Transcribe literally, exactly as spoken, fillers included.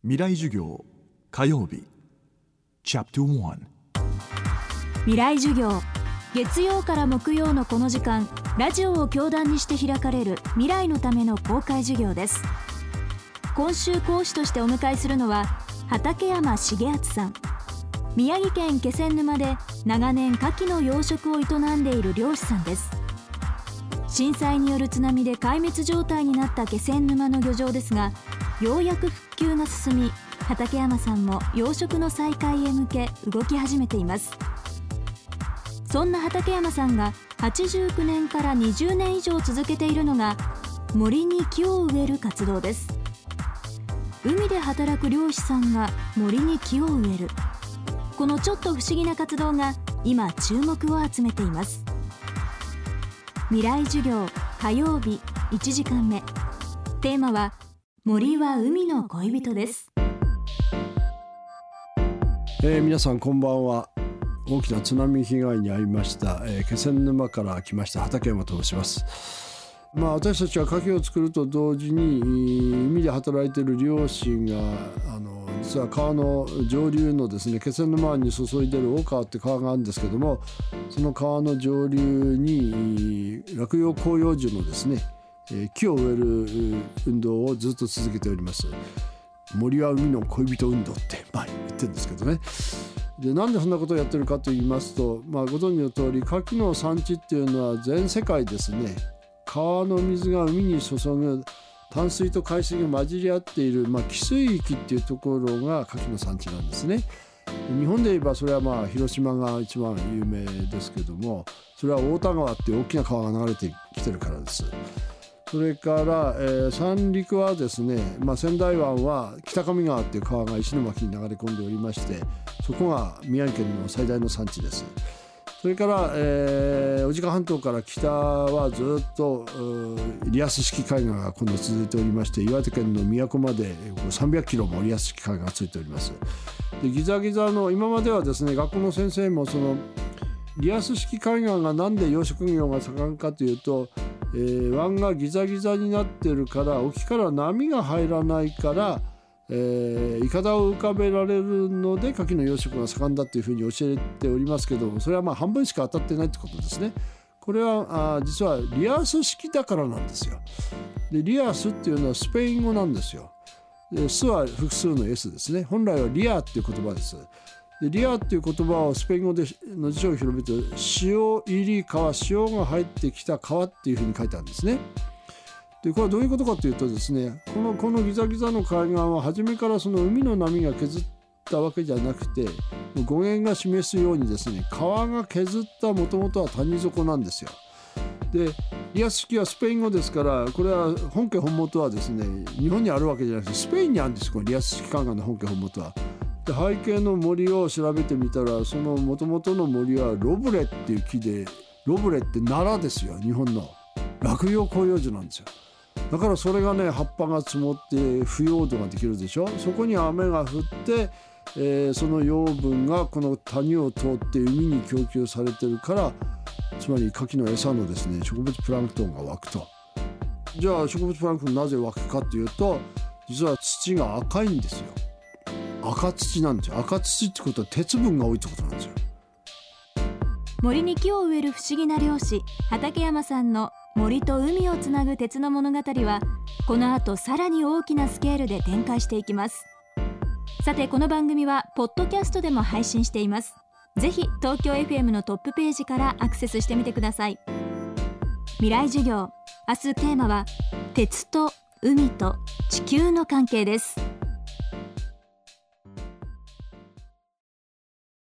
未来授業火曜日チャプターワン未来授業、月曜から木曜のこの時間、ラジオを教壇にして開かれる未来のための公開授業です。今週講師としてお迎えするのは畠山重敦さん。宮城県気仙沼で長年牡蠣の養殖を営んでいる漁師さんです。震災による津波で壊滅状態になった気仙沼の漁場ですが、ようやく復旧が進み、畠山さんも養殖の再開へ向け動き始めています。そんな畠山さんがはちじゅうきゅうねんからにじゅうねん以上続けているのが森に木を植える活動です。海で働く漁師さんが森に木を植える、このちょっと不思議な活動が今注目を集めています。未来授業火曜日いちじかんめ、テーマは森は海の恋人です。 えー、皆さんこんばんは。大きな津波被害に遭いました、えー、気仙沼から来ました畠山と申します。まあ、私たちは牡蠣を作ると同時に海で働いている漁師があの実は川の上流のですね、気仙沼湾に注いでいる大川って川があるんですけども、その川の上流に落葉広葉樹のですね、木を植える運動をずっと続けております。森は海の恋人運動ってまあ言ってるんですけどね。で、なんでそんなことをやってるかと言いますと、まあ、ご存知の通り牡蠣の産地っていうのは全世界ですね、川の水が海に注ぐ淡水と海水が混じり合っている、まあ、汽水域っていうところが牡蠣の産地なんですね。日本で言えばそれはまあ広島が一番有名ですけども、それは太田川っていう大きな川が流れてきてるからです。それから、えー、三陸はですね、まあ、仙台湾は北上川っていう川が石巻に流れ込んでおりまして、そこが宮城県の最大の産地です。それから、えー、小値賀半島から北はずっとリアス式海岸が今度続いておりまして、岩手県の宮古までさんびゃくキロもリアス式海岸がついております。で、ギザギザの今まではですね、学校の先生もそのリアス式海岸がなんで養殖業が盛んかというと、えー、湾がギザギザになってるから沖から波が入らないから、えー、イカダを浮かべられるので牡蠣の養殖が盛んだというふうに教えておりますけども、それはまあ半分しか当たってないってことですね。これはあ実はリアス式だからなんですよ。で、リアスっていうのはスペイン語なんですよ。で、スは複数の S ですね。本来はリアっていう言葉です。で、リアっていう言葉をスペイン語での辞書を広めて潮入り川、潮が入ってきた川っていうふうに書いてあるんですね。で、これはどういうことかというとですね、この、このギザギザの海岸は初めからその海の波が削ったわけじゃなくて、語源が示すようにですね、川が削ったもともとは谷底なんですよ。で、リアス式はスペイン語ですから、これは本家本元はですね、日本にあるわけじゃなくてスペインにあるんですよ、このリアス式海岸の本家本元は。で、背景の森を調べてみたら、その元々の森はロブレっていう木で、ロブレって奈良ですよ、日本の落葉広葉樹なんですよ。だからそれがね、葉っぱが積もって腐葉土ができるでしょ。そこに雨が降って、えー、その養分がこの谷を通って海に供給されてるから、つまり牡蠣の餌のですね、植物プランクトンが湧くと。じゃあ植物プランクトンなぜ湧くかというと、実は土が赤いんですよ。赤土なんですよ。赤土ってことは鉄分が多いってことなんですよ。 森に木を植える不思議な漁師畠山さんの森と海をつなぐ鉄の物語は、この後さらに大きなスケールで展開していきます。さて、この番組はポッドキャストでも配信しています。ぜひ東京 エフエム のトップページからアクセスしてみてください。未来授業、明日テーマは鉄と海と地球の関係です。